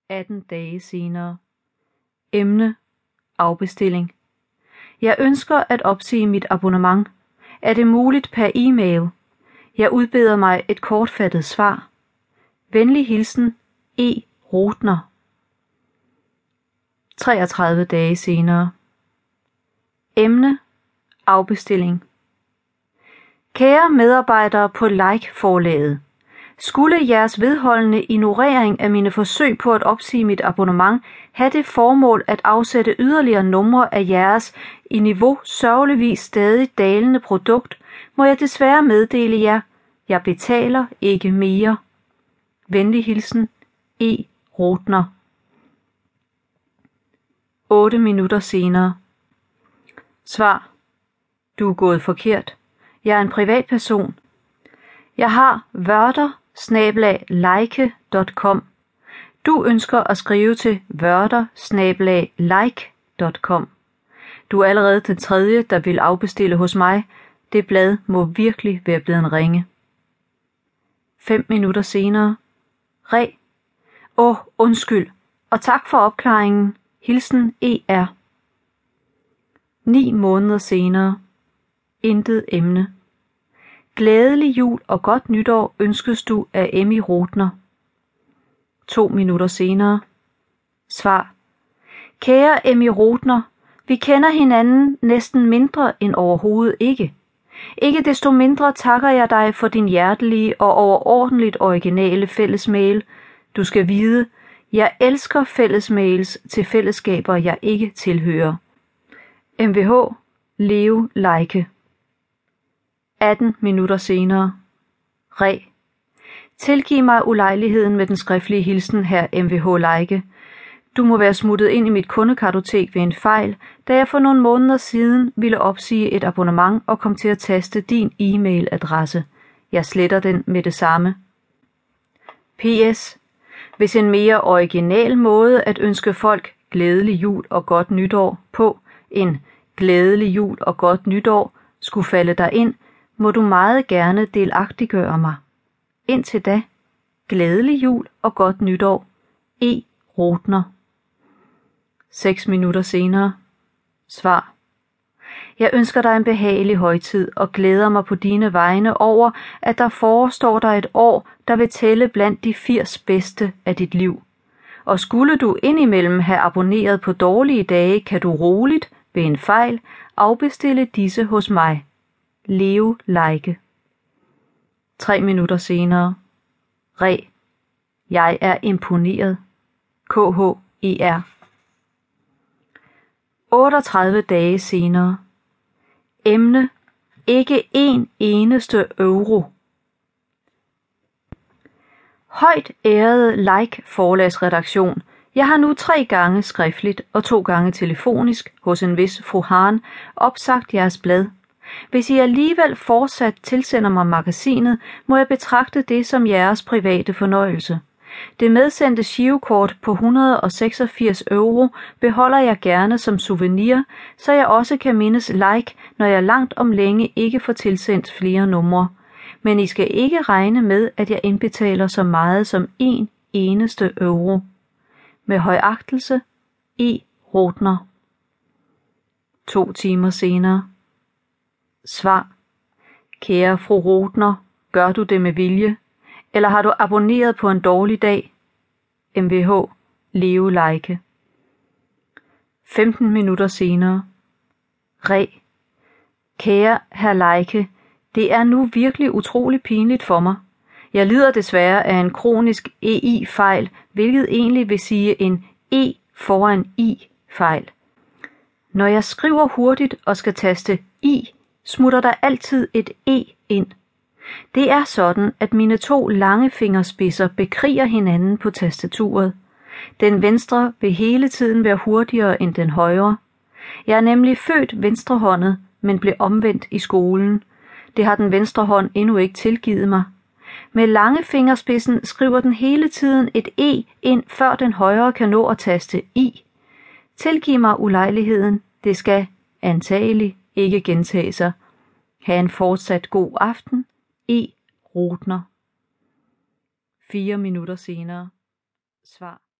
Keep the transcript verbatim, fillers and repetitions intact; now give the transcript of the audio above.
atten dage senere. Emne: afbestilling. Jeg ønsker at opsige mit abonnement. Er det muligt per e-mail? Jeg udbeder mig et kortfattet svar. Venlig hilsen E. Rotner. treogtredive dage senere. Emne: afbestilling. Kære medarbejdere på Like-forlaget. Skulle jeres vedholdende ignorering af mine forsøg på at opsige mit abonnement have det formål at afsætte yderligere numre af jeres i niveau sørgeligvis stadig dalende produkt, må jeg desværre meddele jer, jeg betaler ikke mere. Venlig hilsen E. Rotner. otte minutter senere. Svar: Du er gået forkert. Jeg er en privatperson. Jeg har vørter snabel-a like punktum com. Du ønsker at skrive til vørter snabel-a like punktum com. Du er allerede den tredje, der vil afbestille hos mig. Det blad må virkelig være blevet en ringe. Fem minutter senere. Re. Åh, undskyld, og tak for opklaringen. Hilsen E R. Ni måneder senere. Intet emne. Glædelig jul og godt nytår ønskes du af Emmy Rotner. To minutter senere. Svar: Kære Emmy Rotner, vi kender hinanden næsten mindre end overhovedet ikke. Ikke desto mindre takker jeg dig for din hjertelige og overordentligt originale fællesmail. Du skal vide, jeg elsker fællesmails til fællesskaber, jeg ikke tilhører. M V H. Leo Like. atten minutter senere. Re. Tilgiv mig ulejligheden med den skriftlige hilsen, her M V H Like. Du må være smuttet ind i mit kundekartotek ved en fejl, da jeg for nogle måneder siden ville opsige et abonnement og kom til at taste din e-mailadresse. Jeg sletter den med det samme. P S. Hvis en mere original måde at ønske folk glædelig jul og godt nytår på end glædelig jul og godt nytår skulle falde dig ind, må du meget gerne delagtiggøre mig. Indtil da, glædelig jul og godt nytår. E. Rotner. Seks minutter senere. Svar: Jeg ønsker dig en behagelig højtid og glæder mig på dine vegne over, at der forestår dig et år, der vil tælle blandt de firs bedste af dit liv. Og skulle du indimellem have abonneret på dårlige dage, kan du roligt, ved en fejl, afbestille disse hos mig. Leo Like. Tre minutter senere. Re. Jeg er imponeret. K H E R. otteogtredive dage senere. Emne: ikke en eneste euro. Højt ærede Like forlagsredaktion. Jeg har nu tre gange skriftligt og to gange telefonisk hos en vis fru Hahn opsagt jeres blad. Hvis I alligevel fortsat tilsender mig magasinet, må jeg betragte det som jeres private fornøjelse. Det medsendte girokort på et hundrede og seksogfirs euro beholder jeg gerne som souvenir, så jeg også kan mindes Like, når jeg langt om længe ikke får tilsendt flere numre. Men I skal ikke regne med, at jeg indbetaler så meget som en eneste euro. Med højagtelse, E. Rotner. To timer senere. Svar: Kære fru Rotner, gør du det med vilje? Eller har du abonneret på en dårlig dag? M V H. Leo Like. femten minutter senere. Re. Kære hr. Like, det er nu virkelig utrolig pinligt for mig. Jeg lider desværre af en kronisk E I-fejl, hvilket egentlig vil sige en E foran I-fejl. Når jeg skriver hurtigt og skal taste I, smutter der altid et E ind. Det er sådan, at mine to lange fingerspidser bekriger hinanden på tastaturet. Den venstre vil hele tiden være hurtigere end den højre. Jeg er nemlig født venstrehåndet, men blev omvendt i skolen. Det har den venstre hånd endnu ikke tilgivet mig. Med lange fingerspidsen skriver den hele tiden et E ind, før den højre kan nå at taste I. Tilgiv mig ulejligheden. Det skal antagelig ikke gentage sig. Ha' en fortsat god aften. E. Rotner. Fire minutter senere. Svar.